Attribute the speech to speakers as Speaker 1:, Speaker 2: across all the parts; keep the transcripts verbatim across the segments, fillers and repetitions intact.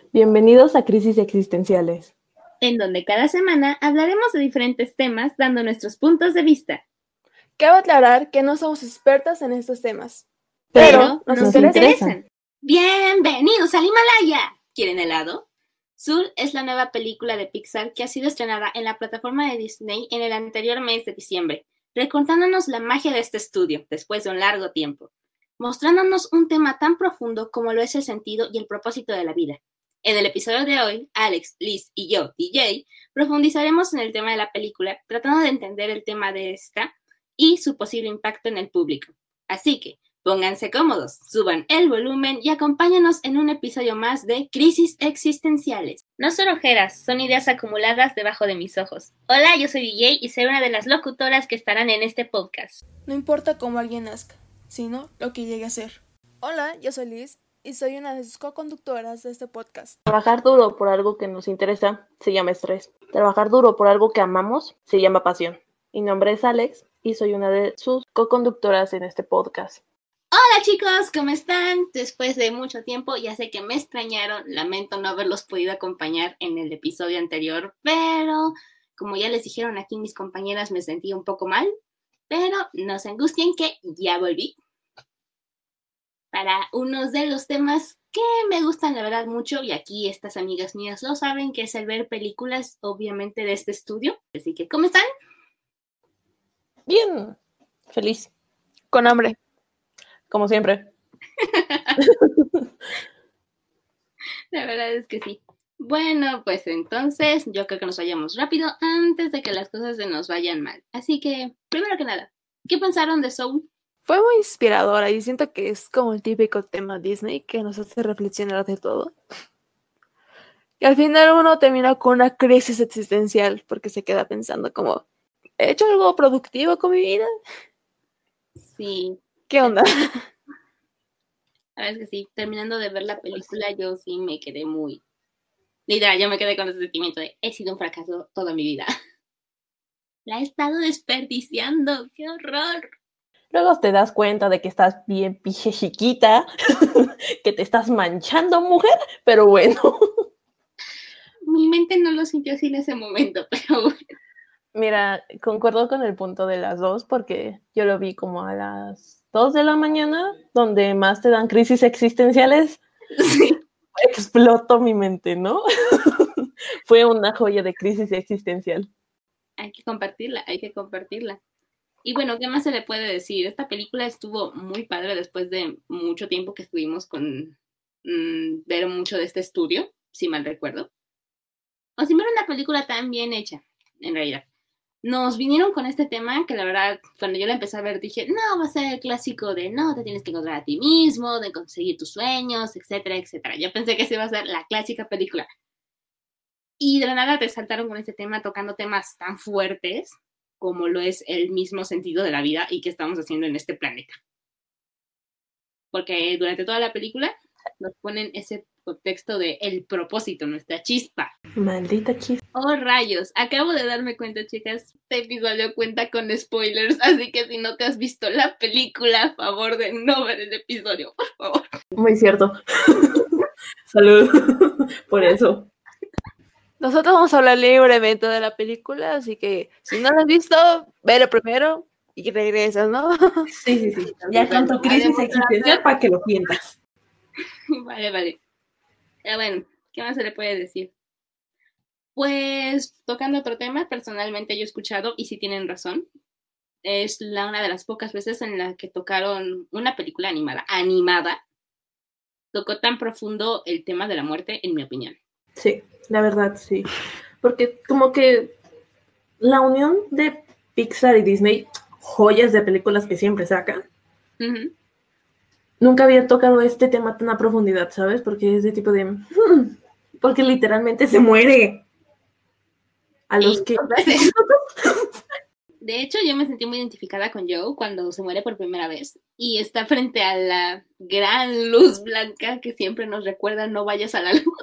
Speaker 1: Bienvenidos a Crisis Existenciales,
Speaker 2: en donde cada semana hablaremos de diferentes temas dando nuestros puntos de vista.
Speaker 3: Cabe aclarar que no somos expertas en estos temas,
Speaker 2: pero,
Speaker 3: pero
Speaker 2: nos,
Speaker 3: nos,
Speaker 2: nos
Speaker 3: interesan.
Speaker 2: interesan. ¡Bienvenidos al Himalaya! ¿Quieren helado? Soul es la nueva película de Pixar que ha sido estrenada en la plataforma de Disney en el anterior mes de diciembre, recordándonos la magia de este estudio después de un largo tiempo, mostrándonos un tema tan profundo como lo es el sentido y el propósito de la vida. En el episodio de hoy, Alex, Liz y yo, D J, profundizaremos en el tema de la película, tratando de entender el tema de esta y su posible impacto en el público. Así que, pónganse cómodos, suban el volumen y acompáñanos en un episodio más de Crisis Existenciales. No son ojeras, son ideas acumuladas debajo de mis ojos. Hola, yo soy D J y seré una de las locutoras que estarán en este podcast.
Speaker 3: No importa cómo alguien nazca, sino lo que llegue a ser. Hola, yo soy Liz y soy una de sus co-conductoras de este podcast.
Speaker 1: Trabajar duro por algo que nos interesa se llama estrés. Trabajar duro por algo que amamos se llama pasión. Mi nombre es Alex y soy una de sus co-conductoras en este podcast.
Speaker 2: Hola chicos, ¿cómo están? Después de mucho tiempo, ya sé que me extrañaron, lamento no haberlos podido acompañar en el episodio anterior, pero como ya les dijeron aquí mis compañeras, me sentí un poco mal, pero no se angustien que ya volví para unos de los temas que me gustan la verdad mucho, y aquí estas amigas mías lo saben, que es el ver películas, obviamente, de este estudio. Así que, ¿cómo están?
Speaker 1: Bien, feliz,
Speaker 3: con hambre,
Speaker 1: como siempre.
Speaker 2: La verdad es que sí. Bueno, pues entonces yo creo que nos vayamos rápido antes de que las cosas se nos vayan mal. Así que, primero que nada, ¿qué pensaron de Soul?
Speaker 3: Fue muy inspiradora y siento que es como el típico tema Disney que nos hace reflexionar de todo. Y al final uno termina con una crisis existencial porque se queda pensando como, ¿he hecho algo productivo con mi vida?
Speaker 2: Sí.
Speaker 3: ¿Qué onda?
Speaker 2: La verdad es que sí, terminando de ver la película yo sí me quedé muy... Literal, yo me quedé con ese sentimiento de he sido un fracaso toda mi vida. La he estado desperdiciando, ¡qué horror!
Speaker 1: Luego te das cuenta de que estás bien pije chiquita, que te estás manchando, mujer, pero bueno.
Speaker 2: Mi mente no lo sintió así en ese momento, pero bueno.
Speaker 1: Mira, concuerdo con el punto de las dos, porque yo lo vi como a las dos de la mañana, donde más te dan crisis existenciales.
Speaker 2: Sí.
Speaker 1: Explotó mi mente, ¿no? Fue una joya de crisis existencial.
Speaker 2: Hay que compartirla, hay que compartirla. Y bueno, ¿qué más se le puede decir? Esta película estuvo muy padre después de mucho tiempo que estuvimos con mmm, ver mucho de este estudio, si mal recuerdo. O si no era una película tan bien hecha, en realidad. Nos vinieron con este tema que la verdad, cuando yo la empecé a ver, dije, no, va a ser el clásico de no, te tienes que encontrar a ti mismo, de conseguir tus sueños, etcétera, etcétera. Yo pensé que esa iba a ser la clásica película. Y de la nada te saltaron con este tema, tocando temas tan fuertes como lo es el mismo sentido de la vida y qué estamos haciendo en este planeta. Porque durante toda la película nos ponen ese contexto de el propósito, nuestra chispa.
Speaker 1: Maldita chispa.
Speaker 2: Oh, rayos. Acabo de darme cuenta, chicas, este episodio cuenta con spoilers, así que si no te has visto la película, a favor de no ver el episodio, por favor.
Speaker 1: Muy cierto. Salud. Por eso.
Speaker 3: Nosotros vamos a hablar libremente de la película, así que si no la has visto, velo primero y regresas, ¿no?
Speaker 1: Sí, sí, sí. Ya con tu crisis existencial para que lo sientas.
Speaker 2: Vale, vale. Ya bueno, ¿qué más se le puede decir? Pues, tocando otro tema, personalmente yo he escuchado, y si tienen razón, es la, una de las pocas veces en la que tocaron una película animada, animada, tocó tan profundo el tema de la muerte, en mi opinión.
Speaker 1: Sí, la verdad, sí. Porque como que la unión de Pixar y Disney, joyas de películas que siempre sacan,
Speaker 2: uh-huh.
Speaker 1: Nunca había tocado este tema tan a profundidad, ¿sabes? Porque es de tipo de... Hmm, porque literalmente se muere. A los
Speaker 2: y
Speaker 1: que...
Speaker 2: De hecho, yo me sentí muy identificada con Joe cuando se muere por primera vez y está frente a la gran luz blanca que siempre nos recuerda no vayas a la luz.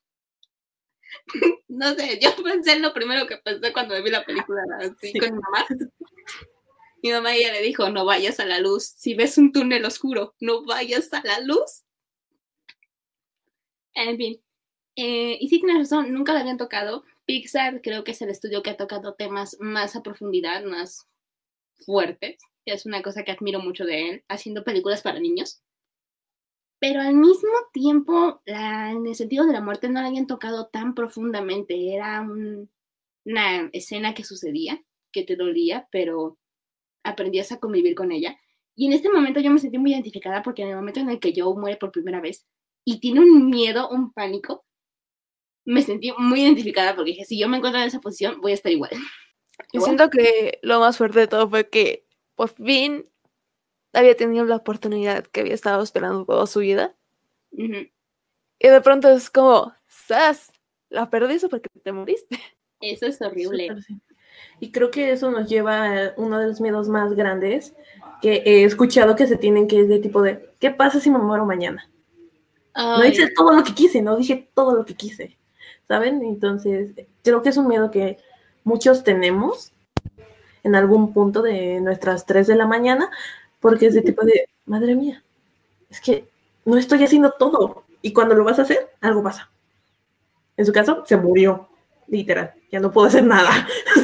Speaker 2: No sé, yo pensé en lo primero que pensé cuando vi la película así sí. con mi mamá. Mi mamá ella le dijo, no vayas a la luz. Si ves un túnel oscuro, no vayas a la luz. En fin, Eh, y sí tienes razón, nunca lo habían tocado. Pixar creo que es el estudio que ha tocado temas más a profundidad, más fuertes. Es una cosa que admiro mucho de él, haciendo películas para niños. Pero al mismo tiempo, la, en el sentido de la muerte no la habían tocado tan profundamente. Era un, una escena que sucedía, que te dolía, pero aprendías a convivir con ella. Y en este momento yo me sentí muy identificada porque en el momento en el que Joe muere por primera vez y tiene un miedo, un pánico, me sentí muy identificada porque dije, si yo me encuentro en esa posición, voy a estar igual.
Speaker 3: Y igual. Siento que lo más fuerte de todo fue que por fin había tenido la oportunidad que había estado esperando toda su vida.
Speaker 2: Uh-huh.
Speaker 3: Y de pronto es como, ¡zas! La perdiste porque te moriste.
Speaker 2: Eso es horrible.
Speaker 1: Súper, sí. Y creo que eso nos lleva a uno de los miedos más grandes que he escuchado que se tienen, que es de tipo de, ¿qué pasa si me muero mañana? Ay. No hice todo lo que quise, no dije todo lo que quise, ¿saben? Entonces, creo que es un miedo que muchos tenemos en algún punto de nuestras tres de la mañana, porque es de tipo de, madre mía, es que no estoy haciendo todo, y cuando lo vas a hacer, algo pasa. En su caso, se murió, literal, ya no puedo hacer nada.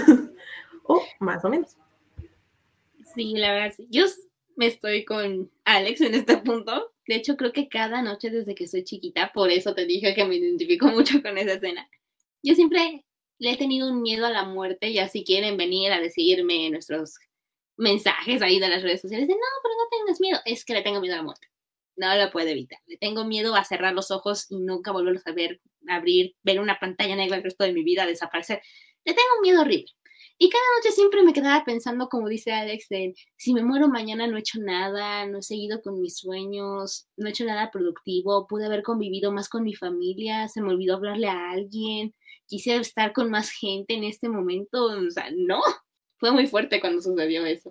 Speaker 1: O más o menos.
Speaker 2: Sí, la verdad, sí. Yo me estoy con Alex en este punto. De hecho, creo que cada noche desde que soy chiquita, por eso te dije que me identifico mucho con esa escena. Yo siempre le he tenido un miedo a la muerte, ya si quieren venir a decirme nuestros mensajes ahí de las redes sociales, de no, pero no tengas miedo, es que le tengo miedo a la muerte. No lo puedo evitar. Le tengo miedo a cerrar los ojos y nunca volverlos a ver, abrir, ver una pantalla negra el resto de mi vida, desaparecer. Le tengo un miedo horrible. Y cada noche siempre me quedaba pensando, como dice Alex, de si me muero mañana no he hecho nada, no he seguido con mis sueños, no he hecho nada productivo, pude haber convivido más con mi familia, se me olvidó hablarle a alguien, quisiera estar con más gente en este momento. O sea, no, fue muy fuerte cuando sucedió eso.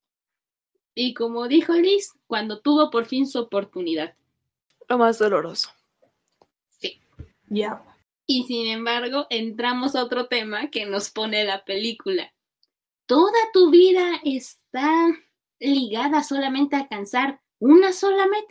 Speaker 2: Y como dijo Liz, cuando tuvo por fin su oportunidad.
Speaker 3: Lo más doloroso.
Speaker 2: Sí.
Speaker 1: Ya. Yeah.
Speaker 2: Y sin embargo, entramos a otro tema que nos pone la película. ¿Toda tu vida está ligada solamente a alcanzar una sola meta?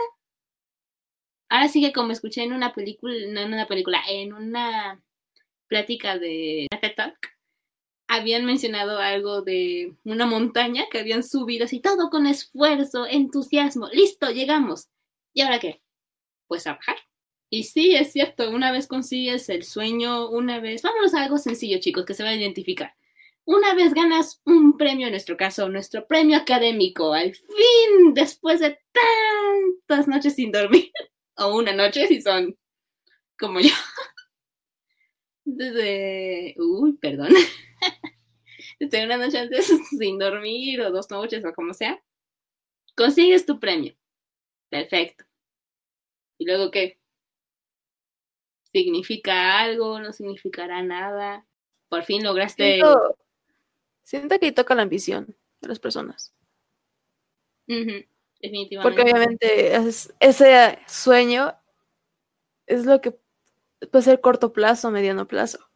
Speaker 2: Ahora sí que como escuché en una película, no en una película, en una plática de TED Talk, habían mencionado algo de una montaña que habían subido así todo con esfuerzo, entusiasmo. ¡Listo, llegamos! ¿Y ahora qué? Pues a bajar. Y sí, es cierto, una vez consigues el sueño, una vez... Vámonos a algo sencillo, chicos, que se va a identificar. Una vez ganas un premio, en nuestro caso, nuestro premio académico, al fin, después de tantas noches sin dormir, o una noche si son como yo. Desde... Uy, perdón. Desde una noche antes sin dormir, o dos noches, o como sea. Consigues tu premio. Perfecto. ¿Y luego qué? ¿Significa algo? ¿No significará nada? Por fin lograste...
Speaker 3: Siento, siento que ahí toca la ambición de las personas.
Speaker 2: Uh-huh. Definitivamente.
Speaker 3: Porque obviamente es, ese sueño es lo que puede ser corto plazo, mediano plazo.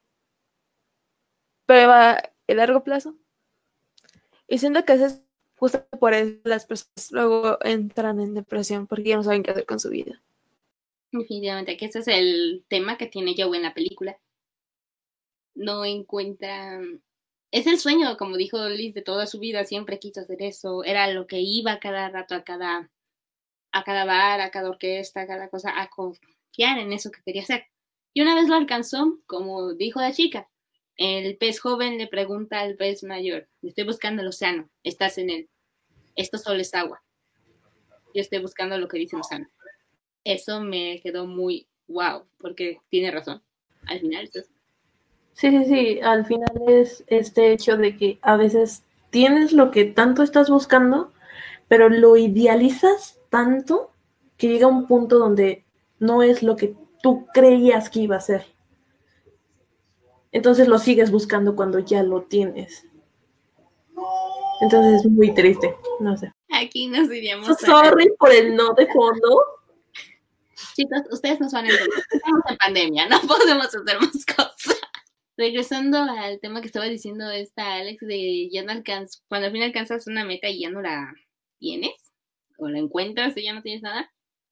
Speaker 3: Pero va el largo plazo. Y siento que es justo por eso las personas luego entran en depresión porque ya no saben qué hacer con su vida.
Speaker 2: Definitivamente, que ese es el tema que tiene Joe en la película. No encuentra... Es el sueño, como dijo Liz, de toda su vida. Siempre quiso hacer eso. Era lo que iba cada rato a cada, a cada bar, a cada orquesta, a cada cosa, a confiar en eso que quería hacer. Y una vez lo alcanzó, como dijo la chica. El pez joven le pregunta al pez mayor: estoy buscando el océano, estás en él. Esto solo es agua. Yo estoy buscando lo que dice el océano. Eso me quedó muy wow, porque tiene razón. Al final es eso.
Speaker 1: Sí, sí, sí, al final es este hecho de que a veces tienes lo que tanto estás buscando, pero lo idealizas tanto que llega un punto donde no es lo que tú creías que iba a ser. Entonces lo sigues buscando cuando ya lo tienes. Entonces es muy triste, no sé.
Speaker 2: Aquí nos iríamos
Speaker 1: so sorry a... por el no de fondo.
Speaker 2: Chicos, ustedes nos van a entender. Estamos en pandemia, no podemos hacer más cosas. Regresando al tema que estaba diciendo esta Alex, de ya no alcanzas, cuando al fin alcanzas una meta y ya no la tienes, o la encuentras y ya no tienes nada,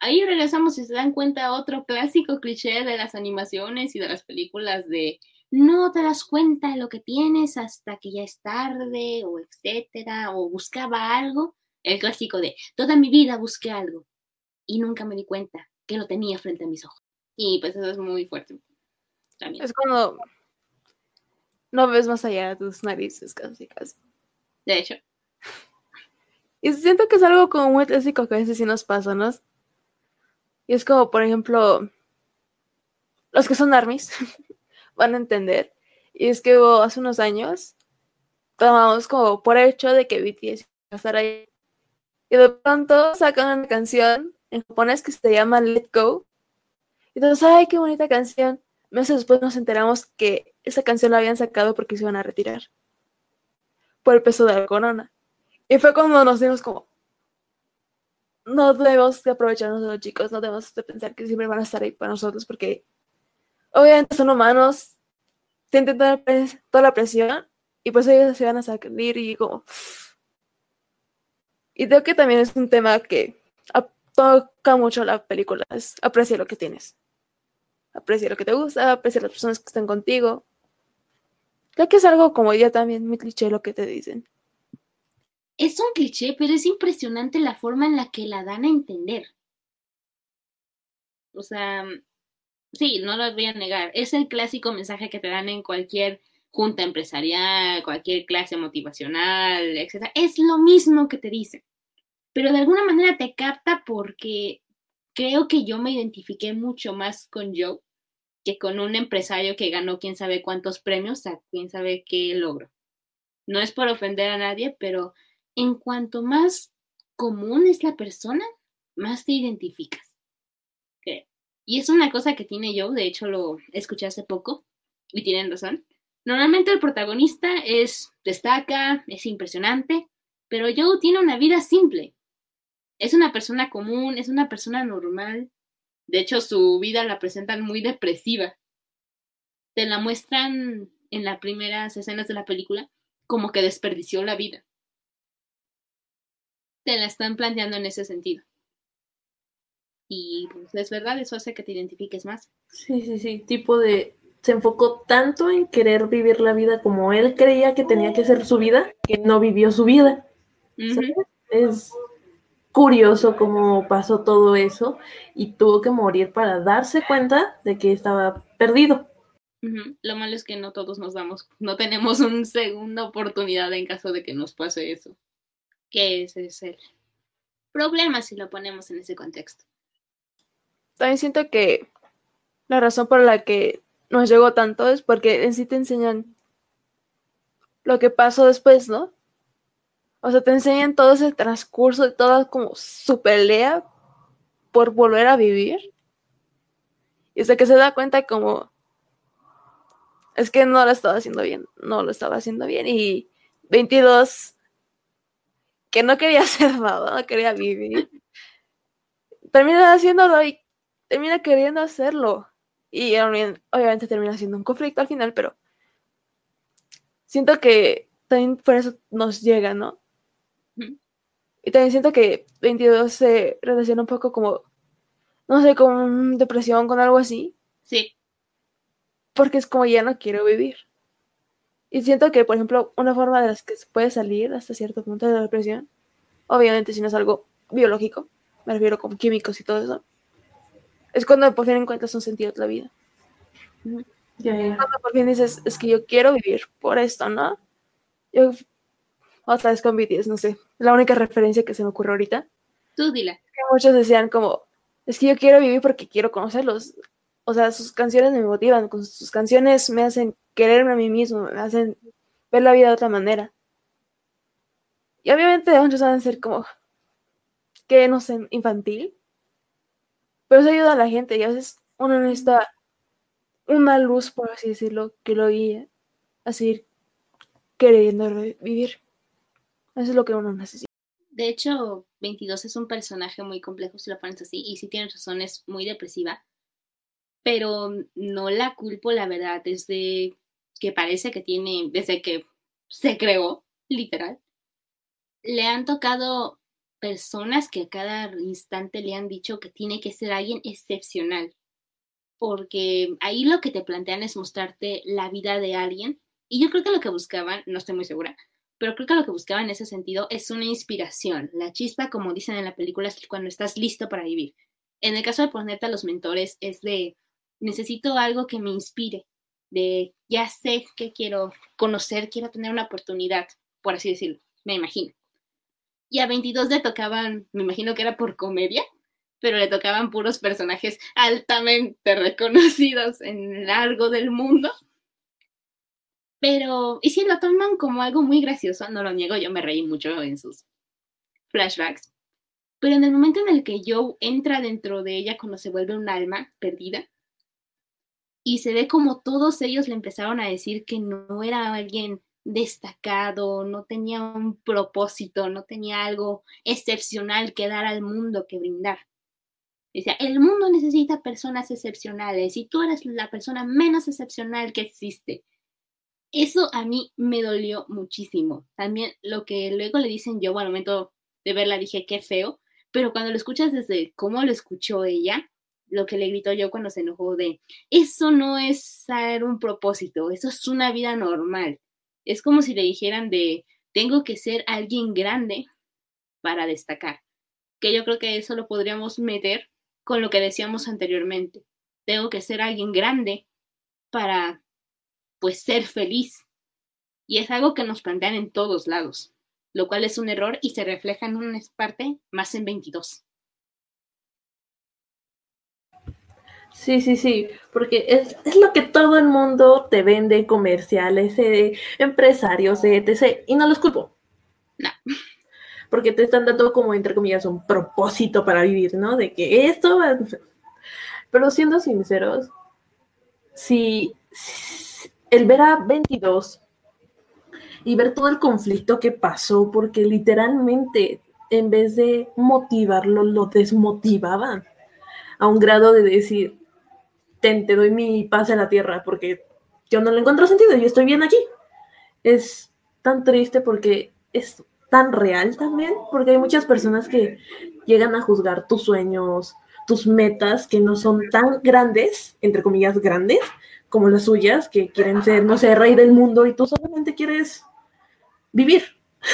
Speaker 2: ahí regresamos, si se dan cuenta, a otro clásico cliché de las animaciones y de las películas de no te das cuenta de lo que tienes hasta que ya es tarde, o etcétera, o buscaba algo. El clásico de toda mi vida busqué algo y nunca me di cuenta que lo tenía frente a mis ojos. Y pues eso es muy fuerte también.
Speaker 3: Es cuando no ves más allá de tus narices, casi, casi.
Speaker 2: De hecho.
Speaker 3: Y siento que es algo como muy clásico que a veces sí nos pasa, ¿no? Y es como, por ejemplo, los que son armies van a entender. Y es que hubo, hace unos años tomamos como por hecho de que B T S iba a estar ahí. Y de pronto sacan una canción en japonés que se llama Let Go. Y entonces, ¡ay, qué bonita canción! Meses después nos enteramos que esa canción la habían sacado porque se iban a retirar. Por el peso de la corona. Y fue cuando nos dimos como, no debemos de aprovecharnos de los chicos, no debemos de pensar que siempre van a estar ahí para nosotros, porque obviamente son humanos, sienten toda, toda la presión, y pues ellos se van a salir y como... Y creo que también es un tema que toca mucho la película, es aprecia lo que tienes. Aprecia lo que te gusta, aprecia las personas que están contigo. Creo que es algo como ya también muy cliché lo que te dicen.
Speaker 2: Es un cliché, pero es impresionante la forma en la que la dan a entender. O sea, sí, no lo voy a negar. Es el clásico mensaje que te dan en cualquier junta empresarial, cualquier clase motivacional, etcétera. Es lo mismo que te dicen. Pero de alguna manera te capta porque creo que yo me identifiqué mucho más con Joe que con un empresario que ganó quién sabe cuántos premios a quién sabe qué logro. No es por ofender a nadie, pero en cuanto más común es la persona, más te identificas. ¿Okay? Y es una cosa que tiene Joe, de hecho lo escuché hace poco, y tienen razón. Normalmente el protagonista es, destaca, es impresionante, pero Joe tiene una vida simple. Es una persona común, es una persona normal. De hecho, su vida la presentan muy depresiva. Te la muestran en las primeras escenas de la película como que desperdició la vida. Te la están planteando en ese sentido. Y pues es verdad, eso hace que te identifiques más.
Speaker 1: Sí, sí, sí, tipo de... Se enfocó tanto en querer vivir la vida como él creía que tenía que ser su vida, que no vivió su vida. Uh-huh. Es curioso cómo pasó todo eso y tuvo que morir para darse cuenta de que estaba perdido.
Speaker 2: Uh-huh. Lo malo es que no todos nos damos, no tenemos una segunda oportunidad en caso de que nos pase eso. Que ese es el problema si lo ponemos en ese contexto.
Speaker 3: También siento que la razón por la que nos llegó tanto es porque en sí te enseñan lo que pasó después, ¿no? O sea, te enseñan todo ese transcurso y toda como su pelea por volver a vivir. Y hasta que se da cuenta como es que no lo estaba haciendo bien, no lo estaba haciendo bien. Y veintidós, que no quería hacer nada, no quería vivir, termina haciéndolo y termina queriendo hacerlo. Y obviamente termina siendo un conflicto al final, pero siento que también por eso nos llega, ¿no? Mm. Y también siento que veintidós se relaciona un poco como, no sé, con depresión, con algo así.
Speaker 2: Sí.
Speaker 3: Porque es como ya no quiero vivir. Y siento que, por ejemplo, una forma de las que se puede salir hasta cierto punto de la depresión, obviamente si no es algo biológico, me refiero como químicos y todo eso, es cuando por fin encuentras un sentido de la vida. Uh-huh. Yeah, yeah. Cuando por fin dices, es que yo quiero vivir por esto, ¿no? Yo, otra vez con B T S, no sé, la única referencia que se me ocurre ahorita.
Speaker 2: Tú dila.
Speaker 3: Que muchos decían como, es que yo quiero vivir porque quiero conocerlos. O sea, sus canciones me motivan, con sus canciones me hacen quererme a mí mismo, me hacen ver la vida de otra manera. Y obviamente muchos van a ser como, que no sé, infantil, pero eso ayuda a la gente y a veces uno necesita una luz, por así decirlo, que lo guíe a seguir queriendo vivir. Eso es lo que uno necesita.
Speaker 2: De hecho, veintidós es un personaje muy complejo si lo pones así, y sí tienes razón, es muy depresiva, pero no la culpo, la verdad, desde que parece que tiene, desde que se creó, literal, le han tocado personas que a cada instante le han dicho que tiene que ser alguien excepcional. Porque ahí lo que te plantean es mostrarte la vida de alguien. Y yo creo que lo que buscaban, no estoy muy segura, pero creo que lo que buscaban en ese sentido es una inspiración. La chispa, como dicen en la película, es cuando estás listo para vivir. En el caso de ponerte a los mentores, es de, necesito algo que me inspire, de ya sé que quiero conocer, quiero tener una oportunidad, por así decirlo, me imagino. Y a veintidós le tocaban, me imagino que era por comedia, pero le tocaban puros personajes altamente reconocidos en largo del mundo. Pero, y sí, lo toman como algo muy gracioso, no lo niego, yo me reí mucho en sus flashbacks. Pero en el momento en el que Joe entra dentro de ella cuando se vuelve un alma perdida, y se ve como todos ellos le empezaron a decir que no era alguien destacado, no tenía un propósito, no tenía algo excepcional que dar al mundo, que brindar. Decía, el mundo necesita personas excepcionales y tú eres la persona menos excepcional que existe. Eso a mí me dolió muchísimo. También lo que luego le dicen yo, al momento de verla dije, qué feo, pero cuando lo escuchas desde cómo lo escuchó ella, lo que le gritó yo cuando se enojó de, eso no es ser un propósito, eso es una vida normal. Es como si le dijeran de, tengo que ser alguien grande para destacar. Que yo creo que eso lo podríamos meter con lo que decíamos anteriormente. Tengo que ser alguien grande para pues ser feliz. Y es algo que nos plantean en todos lados, lo cual es un error y se refleja en una parte más en veintidós.
Speaker 1: Sí, sí, sí, porque es, es lo que todo el mundo te vende, comerciales, eh, empresarios, etcétera. Y no los culpo.
Speaker 2: No.
Speaker 1: Porque te están dando como, entre comillas, un propósito para vivir, ¿no? De que esto va... Pero siendo sinceros, si... si el ver a veintidós y ver todo el conflicto que pasó, porque literalmente en vez de motivarlo, lo desmotivaban a un grado de decir, ten, te doy mi paz en la tierra, porque yo no le encuentro sentido, yo estoy bien aquí. Es tan triste porque es tan real también, porque hay muchas personas que llegan a juzgar tus sueños, tus metas, que no son tan grandes, entre comillas grandes, como las suyas, que quieren ser, no sé, rey del mundo y tú solamente quieres vivir.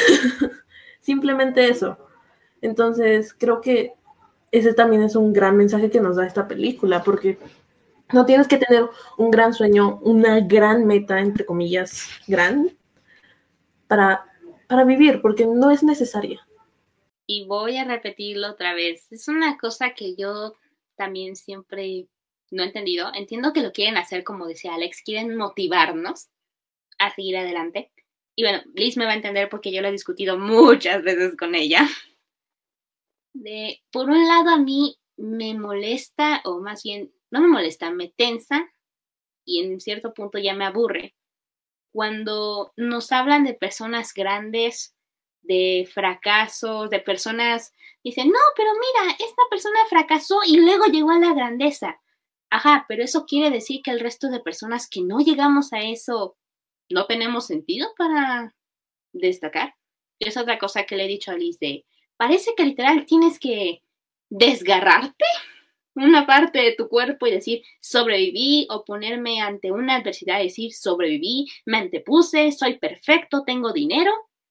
Speaker 1: Simplemente eso. Entonces, creo que ese también es un gran mensaje que nos da esta película, porque no tienes que tener un gran sueño, una gran meta, entre comillas, gran, para, para vivir, porque no es necesaria.
Speaker 2: Y voy a repetirlo otra vez. Es una cosa que yo también siempre no he entendido. Entiendo que lo quieren hacer, como decía Alex, quieren motivarnos a seguir adelante. Y bueno, Liz me va a entender porque yo lo he discutido muchas veces con ella. De, por un lado, a mí me molesta, o más bien, no me molesta, me tensa y en cierto punto ya me aburre. Cuando nos hablan de personas grandes, de fracasos, de personas, dicen, no, pero mira, esta persona fracasó y luego llegó a la grandeza. Ajá, pero eso quiere decir que el resto de personas que no llegamos a eso, no tenemos sentido para destacar. Y es otra cosa que le he dicho a Liz de, parece que literal tienes que desgarrarte una parte de tu cuerpo y decir sobreviví, o ponerme ante una adversidad y decir sobreviví, me antepuse, soy perfecto, tengo dinero,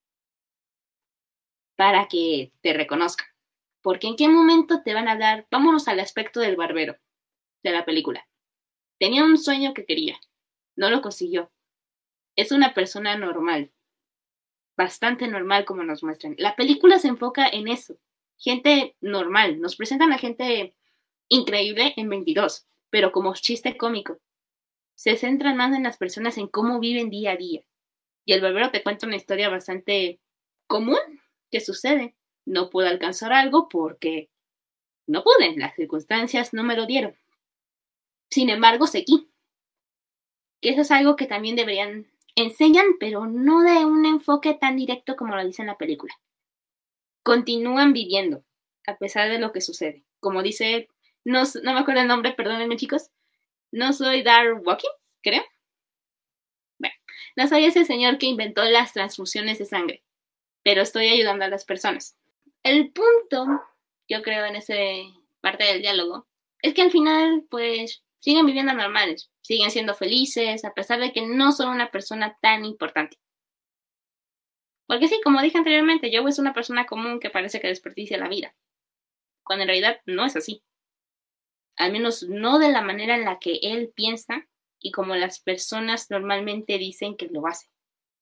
Speaker 2: para que te reconozcan. Porque en qué momento te van a dar, vámonos al aspecto del barbero de la película. Tenía un sueño que quería, no lo consiguió. Es una persona normal, bastante normal como nos muestran. La película se enfoca en eso, gente normal, nos presentan a gente increíble en veintidós, pero como chiste cómico. Se centran más en las personas, en cómo viven día a día. Y el barbero te cuenta una historia bastante común que sucede. No pude alcanzar algo porque no pude, las circunstancias no me lo dieron. Sin embargo, seguí. Que eso es algo que también deberían enseñan, pero no de un enfoque tan directo como lo dice en la película. Continúan viviendo, a pesar de lo que sucede. Como dice, no, no me acuerdo el nombre, perdónenme chicos, no soy Dar Walking, creo. Bueno, no soy ese señor que inventó las transfusiones de sangre, pero estoy ayudando a las personas. El punto, yo creo, en esa parte del diálogo, es que al final, pues, siguen viviendo normales, siguen siendo felices, a pesar de que no son una persona tan importante. Porque sí, como dije anteriormente, Joe es una persona común que parece que desperdicia la vida, cuando en realidad no es así. Al menos no de la manera en la que él piensa y como las personas normalmente dicen que lo hace.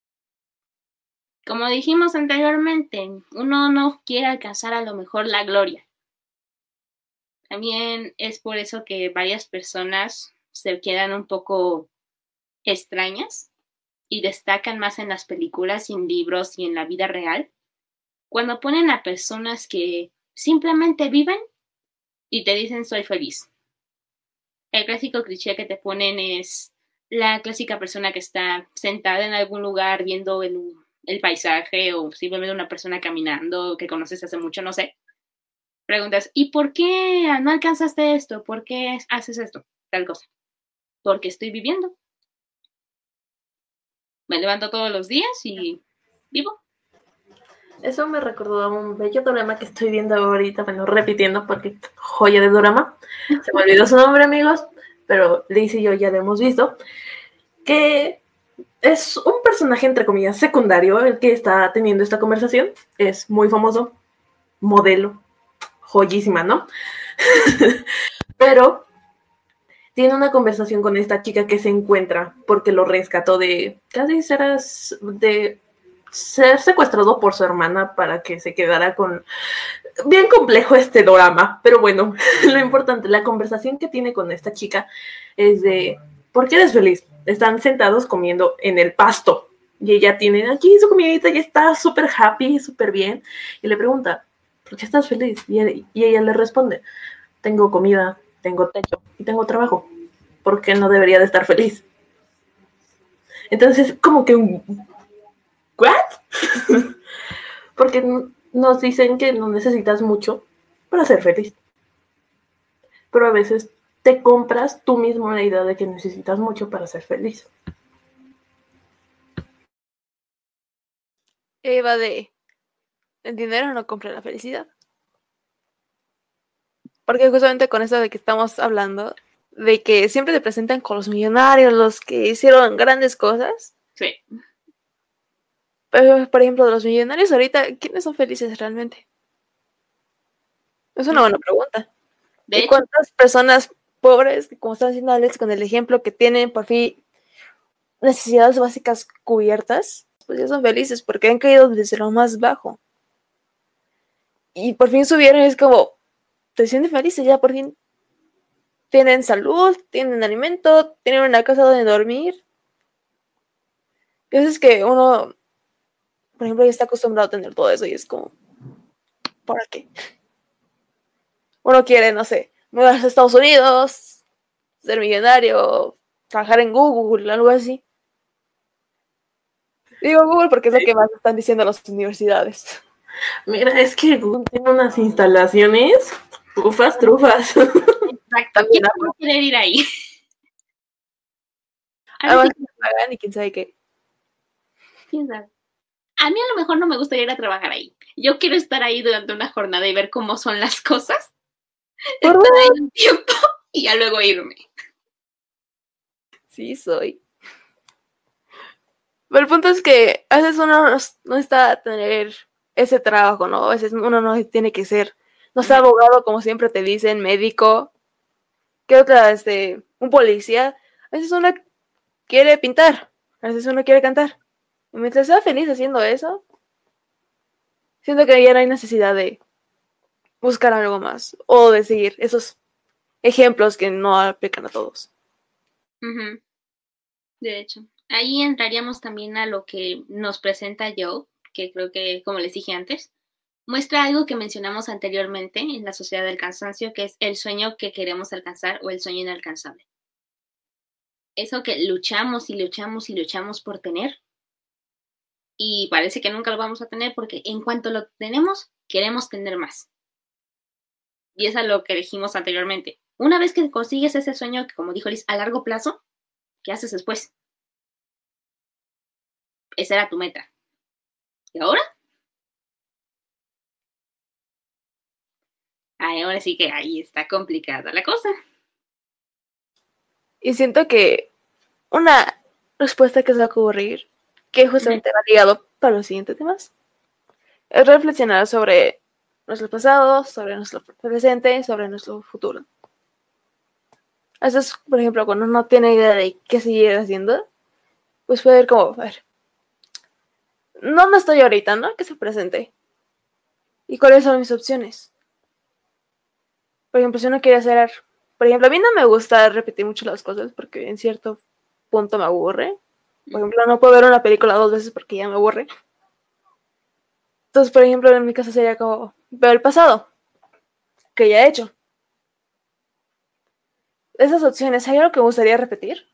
Speaker 2: Como dijimos anteriormente, uno no quiere alcanzar a lo mejor la gloria. También es por eso que varias personas se quedan un poco extrañas y destacan más en las películas y en libros y en la vida real, cuando ponen a personas que simplemente viven y te dicen soy feliz. El clásico cliché que te ponen es la clásica persona que está sentada en algún lugar viendo el, el paisaje o simplemente una persona caminando que conoces hace mucho, no sé. Preguntas, ¿y por qué no alcanzaste esto? ¿Por qué haces esto? Tal cosa. Porque estoy viviendo. Me levanto todos los días y vivo.
Speaker 1: Eso me recordó a un bello drama que estoy viendo ahorita, bueno, repitiendo porque joya de drama. Se me olvidó su nombre, amigos, pero Liz y yo ya lo hemos visto. Que es un personaje, entre comillas, secundario el que está teniendo esta conversación. Es muy famoso, modelo, joyísima, ¿no? Pero tiene una conversación con esta chica que se encuentra porque lo rescató de casi ser, de ser secuestrado por su hermana para que se quedara con... Bien complejo este drama, pero bueno, lo importante, la conversación que tiene con esta chica es de, ¿por qué eres feliz? Están sentados comiendo en el pasto y ella tiene aquí su comidita y está súper happy, súper bien, y le pregunta, ¿por qué estás feliz? Y, él, y ella le responde, tengo comida, tengo techo y tengo trabajo, ¿por qué no debería de estar feliz? Entonces, como que un... ¿what? Porque nos dicen que no necesitas mucho para ser feliz. Pero a veces te compras tú mismo la idea de que necesitas mucho para ser feliz.
Speaker 3: Eva de, el dinero no compra la felicidad. Porque justamente con eso de que estamos hablando, de que siempre te presentan con los millonarios, los que hicieron grandes cosas.
Speaker 2: Sí.
Speaker 3: Pero, por ejemplo, de los millonarios ahorita, ¿quiénes son felices realmente? Es una buena pregunta.
Speaker 2: De
Speaker 3: ¿Y
Speaker 2: hecho,
Speaker 3: cuántas personas pobres, como están diciendo Alex con el ejemplo, que tienen por fin necesidades básicas cubiertas, pues ya son felices porque han caído desde lo más bajo? Y por fin subieron y es como, te sientes felices, ya por fin tienen salud, tienen alimento, tienen una casa donde dormir. Y eso es que uno, por ejemplo, ya está acostumbrado a tener todo eso y es como, ¿para qué? Uno quiere, no sé, mudarse a Estados Unidos, ser millonario, trabajar en Google, algo así. Digo Google porque es lo que más están diciendo las universidades.
Speaker 1: Mira, es que Google tiene unas instalaciones, trufas, trufas.
Speaker 2: Exacto, ¿quién no quiere ir ahí?
Speaker 3: Además, que pagan y quién sabe qué.
Speaker 2: ¿Quién sabe? A mí a lo mejor no me gustaría ir a trabajar ahí. Yo quiero estar ahí durante una jornada y ver cómo son las cosas. Estar ahí un tiempo y ya luego irme.
Speaker 3: Sí, soy. Pero el punto es que a veces uno no, no está tener ese trabajo, ¿no? A veces uno no tiene que ser, no ser abogado como siempre te dicen, médico. ¿Qué otra? Este, un policía. A veces uno quiere pintar, a veces uno quiere cantar. Y mientras sea feliz haciendo eso, siento que ya no hay necesidad de buscar algo más o de seguir esos ejemplos que no aplican a todos.
Speaker 2: Uh-huh. De hecho, ahí entraríamos también a lo que nos presenta Joe, que creo que, como les dije antes, muestra algo que mencionamos anteriormente en la sociedad del cansancio, que es el sueño que queremos alcanzar o el sueño inalcanzable. Eso que luchamos y luchamos y luchamos por tener, y parece que nunca lo vamos a tener porque en cuanto lo tenemos, queremos tener más. Y es a lo que dijimos anteriormente. Una vez que consigues ese sueño, que como dijo Liz, a largo plazo, ¿qué haces después? Esa era tu meta. ¿Y ahora? Ay, ahora sí que ahí está complicada la cosa.
Speaker 3: Y siento que una respuesta que se va a ocurrir, que justamente va ligado para los siguientes temas, es reflexionar sobre nuestro pasado, sobre nuestro presente, sobre nuestro futuro. Eso es, por ejemplo, cuando uno no tiene idea de qué seguir haciendo, pues puede ver como, a ver, ¿dónde estoy ahorita, no? ¿Qué se presente? ¿Y cuáles son mis opciones? Por ejemplo, si uno quiere hacer, por ejemplo, a mí no me gusta repetir mucho las cosas porque en cierto punto me aburre. Por ejemplo, no puedo ver una película dos veces porque ya me aburre. Entonces, por ejemplo, en mi caso sería como, veo el pasado, que ya he hecho. Esas opciones, ¿hay algo que me gustaría repetir?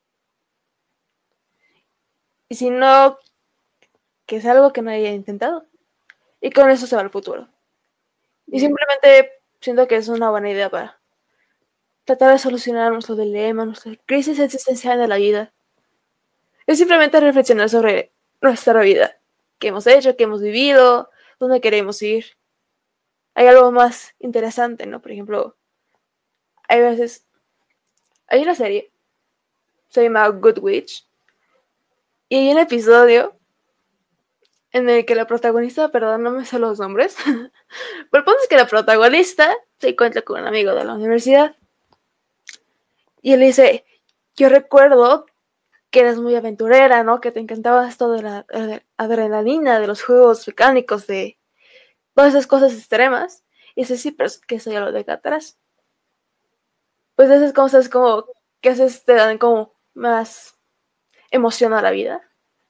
Speaker 3: Y si no, que es algo que no haya intentado. Y con eso se va al futuro. Y simplemente siento que es una buena idea para tratar de solucionar nuestro dilema, nuestra crisis existencial de la vida. Es simplemente reflexionar sobre nuestra vida. ¿Qué hemos hecho? ¿Qué hemos vivido? ¿Dónde queremos ir? Hay algo más interesante, ¿no? Por ejemplo, hay veces... Hay una serie, se llama Good Witch, y hay un episodio en el que la protagonista, perdón, no me sé los nombres, pero el punto es que la protagonista se encuentra con un amigo de la universidad. Y él dice, yo recuerdo que eres muy aventurera, ¿no? Que te encantaba esto de la, de la adrenalina, de los juegos mecánicos, de todas esas cosas extremas. Y dice, sí, pero es que eso ya lo deja atrás. Pues esas cosas como que haces te dan como más emoción a la vida.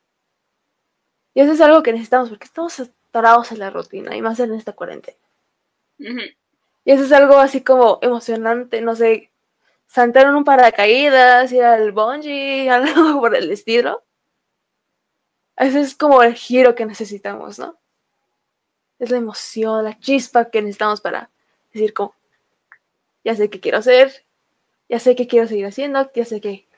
Speaker 3: Y eso es algo que necesitamos porque estamos atorados en la rutina y más en esta cuarentena.
Speaker 2: Uh-huh.
Speaker 3: Y eso es algo así como emocionante, no sé, saltar en un paracaídas, ir al bungee, algo por el estilo. Ese es como el giro que necesitamos, ¿no? Es la emoción, la chispa que necesitamos para decir como, ya sé qué quiero hacer, ya sé qué quiero seguir haciendo, ya sé qué,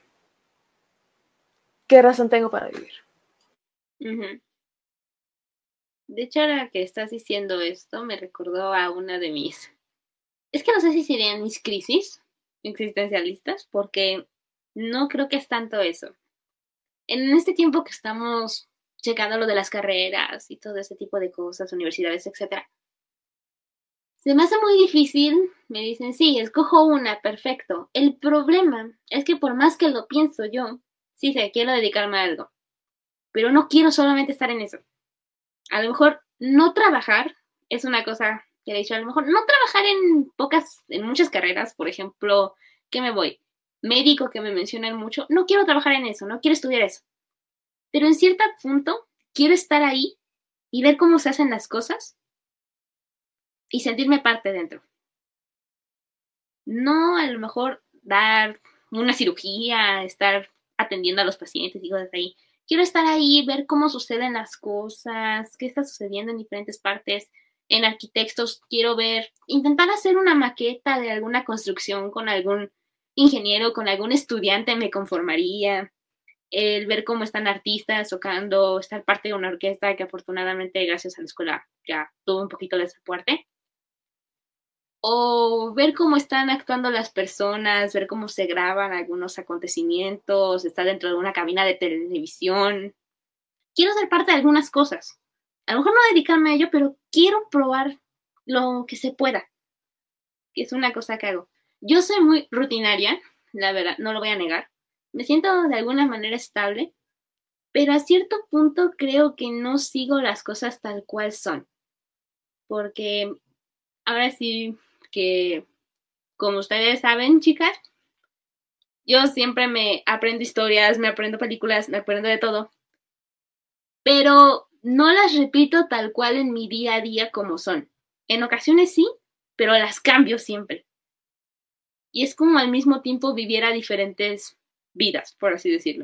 Speaker 3: qué razón tengo para vivir.
Speaker 2: Uh-huh. De hecho, ahora que estás diciendo esto, me recordó a una de mis... Es que no sé si serían mis crisis existencialistas, porque no creo que es tanto eso. En este tiempo que estamos checando lo de las carreras y todo ese tipo de cosas, universidades, etcétera, se me hace muy difícil. Me dicen, sí, escojo una, perfecto. El problema es que por más que lo pienso yo, sí sé, quiero dedicarme a algo, pero no quiero solamente estar en eso. A lo mejor no trabajar es una cosa que he dicho, a lo mejor no trabajar en pocas, en muchas carreras, por ejemplo, ¿qué me voy? Médico, que me mencionan mucho, no quiero trabajar en eso, no quiero estudiar eso. Pero en cierto punto quiero estar ahí y ver cómo se hacen las cosas y sentirme parte dentro. No a lo mejor dar una cirugía, estar atendiendo a los pacientes y cosas ahí. Quiero estar ahí, ver cómo suceden las cosas, qué está sucediendo en diferentes partes. En arquitectos quiero ver, intentar hacer una maqueta de alguna construcción con algún ingeniero, con algún estudiante me conformaría. El ver cómo están artistas tocando, estar parte de una orquesta que afortunadamente gracias a la escuela ya tuvo un poquito de soporte. O ver cómo están actuando las personas, ver cómo se graban algunos acontecimientos, estar dentro de una cabina de televisión. Quiero ser parte de algunas cosas. A lo mejor no dedicarme a ello, pero quiero probar lo que se pueda, que es una cosa que hago. Yo soy muy rutinaria, la verdad, no lo voy a negar. Me siento de alguna manera estable, pero a cierto punto creo que no sigo las cosas tal cual son. Porque ahora sí que, como ustedes saben, chicas, yo siempre me aprendo historias, me aprendo películas, me aprendo de todo, pero no las repito tal cual en mi día a día como son. En ocasiones sí, pero las cambio siempre. Y es como al mismo tiempo viviera diferentes vidas, por así decirlo.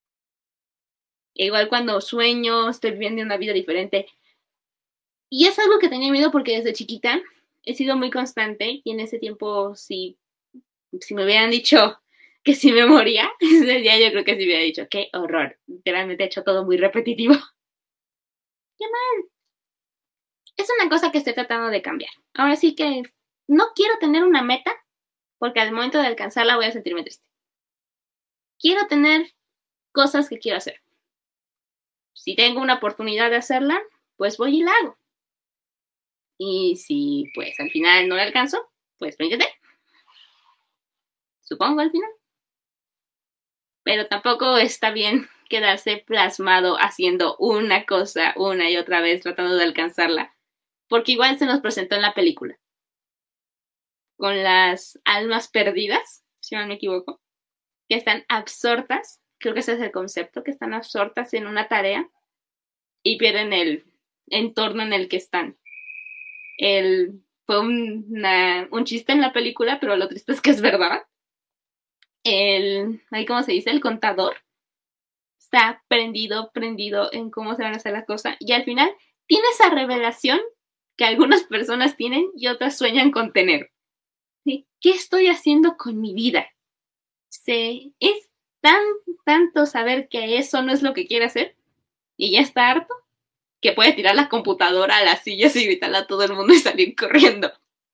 Speaker 2: E igual cuando sueño, estoy viviendo una vida diferente. Y es algo que tenía miedo porque desde chiquita he sido muy constante y en ese tiempo si, si me hubieran dicho que si me moría, ese día yo creo que sí hubiera dicho, qué horror, literalmente he hecho todo muy repetitivo. Qué mal. Es una cosa que estoy tratando de cambiar. Ahora sí que no quiero tener una meta porque al momento de alcanzarla voy a sentirme triste. Quiero tener cosas que quiero hacer. Si tengo una oportunidad de hacerla, pues voy y la hago. Y si pues al final no la alcanzo, pues lo intenté. Supongo al final. Pero tampoco está bien quedarse plasmado haciendo una cosa una y otra vez tratando de alcanzarla. Porque igual se nos presentó en la película. Con las almas perdidas, si no me equivoco, que están absortas, creo que ese es el concepto, que están absortas en una tarea y pierden el entorno en el que están. El, fue un, una, un chiste en la película, pero lo triste es que es verdad. El, ahí cómo se dice, el contador está prendido, prendido en cómo se van a hacer las cosas y al final tiene esa revelación que algunas personas tienen y otras sueñan con tener. ¿Sí? ¿Qué estoy haciendo con mi vida? Sí, es tan, tanto saber que eso no es lo que quiere hacer y ya está harto que puede tirar la computadora a las sillas y gritarle a todo el mundo y salir corriendo.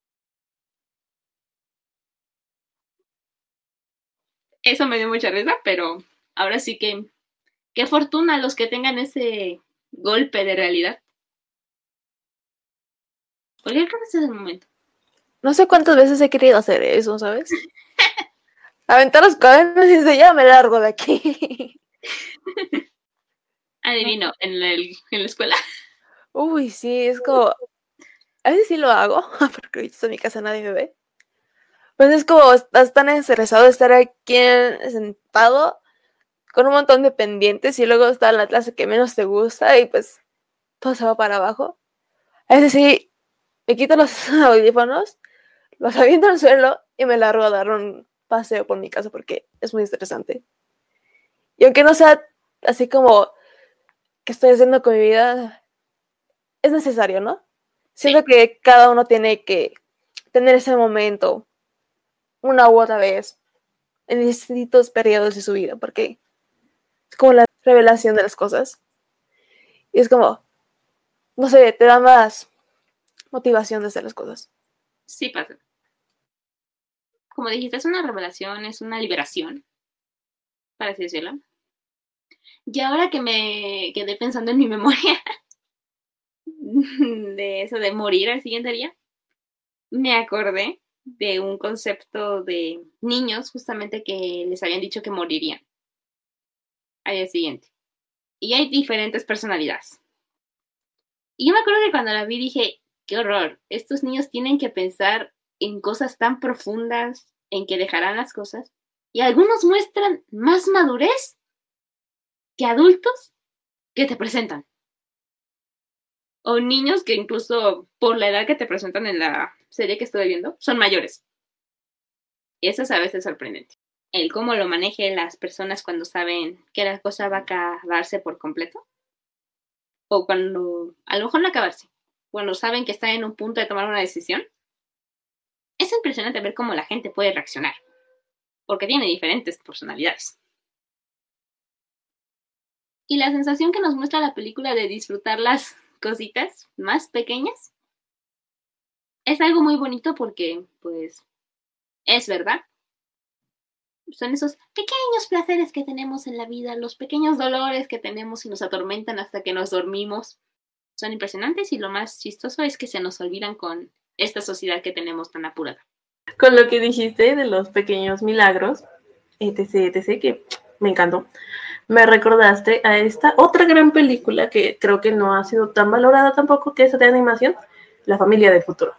Speaker 2: Eso me dio mucha risa, pero ahora sí que qué fortuna los que tengan ese golpe de realidad. Porque creo que ese es el momento.
Speaker 3: No sé cuántas veces he querido hacer eso, ¿sabes? Aventar los cuadernos y dice, ya me largo de aquí.
Speaker 2: Adivino, ¿en, el, en la escuela?
Speaker 3: Uy, sí, es como... A veces sí lo hago, porque ahorita en mi casa nadie me ve. Pues es como, estás tan estresado de estar aquí sentado con un montón de pendientes y luego está la clase que menos te gusta y pues todo se va para abajo. A veces sí, me quito los audífonos, los aviento al suelo y me largo a dar un paseo por mi casa porque es muy estresante. Y aunque no sea así como que estoy haciendo con mi vida, es necesario, ¿no? Siento sí. que cada uno tiene que tener ese momento una u otra vez en distintos periodos de su vida, porque es como la revelación de las cosas. Y es como, no sé, te da más motivación de hacer las cosas.
Speaker 2: Sí pasa. Como dijiste, es una revelación, es una liberación, para así decirlo. Y ahora que me quedé pensando en mi memoria de eso de morir al siguiente día, me acordé de un concepto de niños justamente que les habían dicho que morirían al día siguiente. Y hay diferentes personalidades. Y yo me acuerdo que cuando la vi dije, qué horror, estos niños tienen que pensar en cosas tan profundas, en que dejarán las cosas, y algunos muestran más madurez que adultos que te presentan. O niños que incluso por la edad que te presentan en la serie que estoy viendo, son mayores. Y eso es a veces sorprendente. El cómo lo manejen las personas cuando saben que la cosa va a acabarse por completo. O cuando, a lo mejor no acabarse, cuando saben que están en un punto de tomar una decisión. Es impresionante ver cómo la gente puede reaccionar. Porque tiene diferentes personalidades. Y la sensación que nos muestra la película de disfrutar las cositas más pequeñas es algo muy bonito porque, pues, es verdad. Son esos pequeños placeres que tenemos en la vida, los pequeños dolores que tenemos y nos atormentan hasta que nos dormimos. Son impresionantes y lo más chistoso es que se nos olvidan con esta sociedad que tenemos tan apurada.
Speaker 1: Con lo que dijiste de los pequeños milagros, etc, etc, que me encantó, me recordaste a esta otra gran película que creo que no ha sido tan valorada tampoco, que es de animación, La familia del futuro.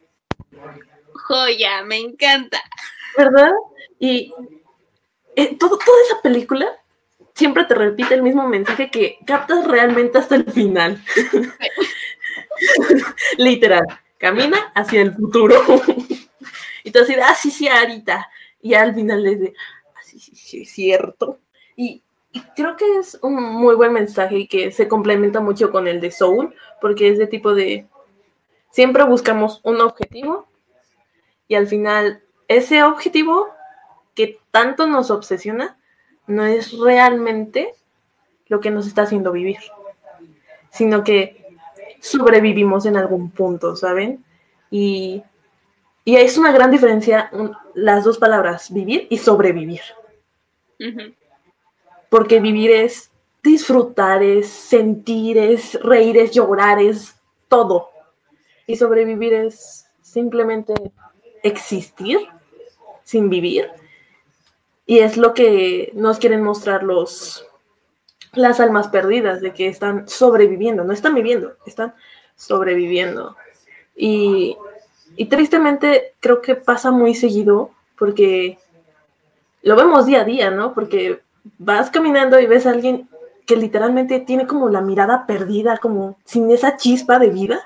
Speaker 2: Joya, me encanta.
Speaker 1: ¿Verdad? Y eh, todo, toda esa película siempre te repite el mismo mensaje que captas realmente hasta el final. Literal, camina hacia el futuro. Y tú así de, ah, sí, sí, ahorita. Y al final les de, ah, sí, sí, sí, es cierto. Y, y creo que es un muy buen mensaje y que se complementa mucho con el de Soul, porque es de tipo de, siempre buscamos un objetivo y al final ese objetivo que tanto nos obsesiona no es realmente lo que nos está haciendo vivir, sino que sobrevivimos en algún punto, ¿saben? Y Y es una gran diferencia un, las dos palabras, vivir y sobrevivir. Uh-huh. Porque vivir es disfrutar, es sentir, es reír, es llorar, es todo. Y sobrevivir es simplemente existir sin vivir. Y es lo que nos quieren mostrar los, las almas perdidas, de que están sobreviviendo, no están viviendo, están sobreviviendo. Y, y tristemente creo que pasa muy seguido, porque lo vemos día a día, ¿no? Porque vas caminando y ves a alguien que literalmente tiene como la mirada perdida, como sin esa chispa de vida.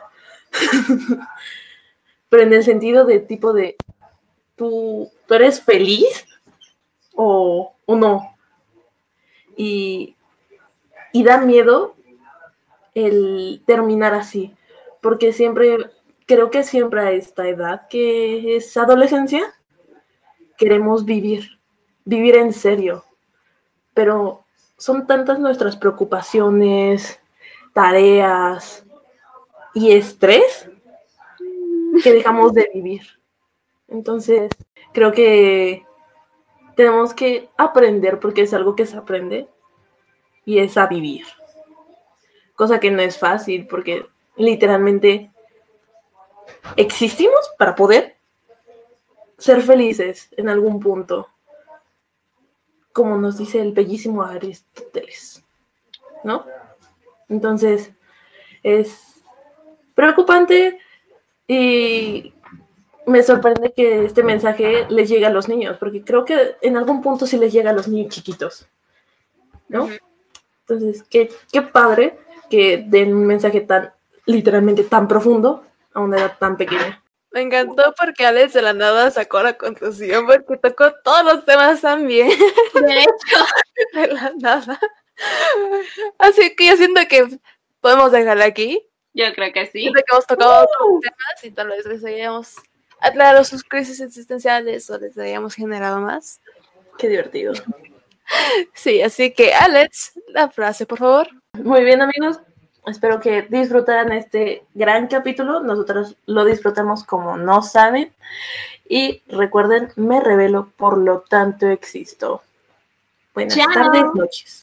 Speaker 1: Pero en el sentido de tipo de, ¿tú, ¿tú eres feliz o, o no? Y, y da miedo el terminar así, porque siempre, creo que siempre a esta edad que es adolescencia, queremos vivir, vivir en serio, pero son tantas nuestras preocupaciones, tareas y estrés que dejamos de vivir. Entonces, creo que tenemos que aprender, porque es algo que se aprende, y es a vivir. Cosa que no es fácil, porque literalmente existimos para poder ser felices en algún punto, como nos dice el bellísimo Aristóteles, ¿no? Entonces, es preocupante y me sorprende que este mensaje les llegue a los niños, porque creo que en algún punto sí les llega a los niños chiquitos, ¿no? Uh-huh. Entonces, qué, qué padre que den un mensaje tan, literalmente tan profundo a una edad tan pequeña.
Speaker 3: Me encantó porque Alex de la nada sacó la conclusión, porque tocó todos los temas también.
Speaker 2: De hecho.
Speaker 3: De la nada. Así que yo siento que podemos dejarla aquí.
Speaker 2: Yo creo que sí.
Speaker 3: Siento que hemos tocado uh. otros temas y tal vez les hayamos aclarado sus crisis existenciales o les hayamos generado más.
Speaker 1: Qué divertido.
Speaker 3: Sí, así que Alex, la frase, por favor.
Speaker 1: Muy bien, amigos. Espero que disfrutaran este gran capítulo. Nosotros lo disfrutamos como no saben. Y recuerden, me revelo, por lo tanto existo. Buenas Chao. tardes, noches.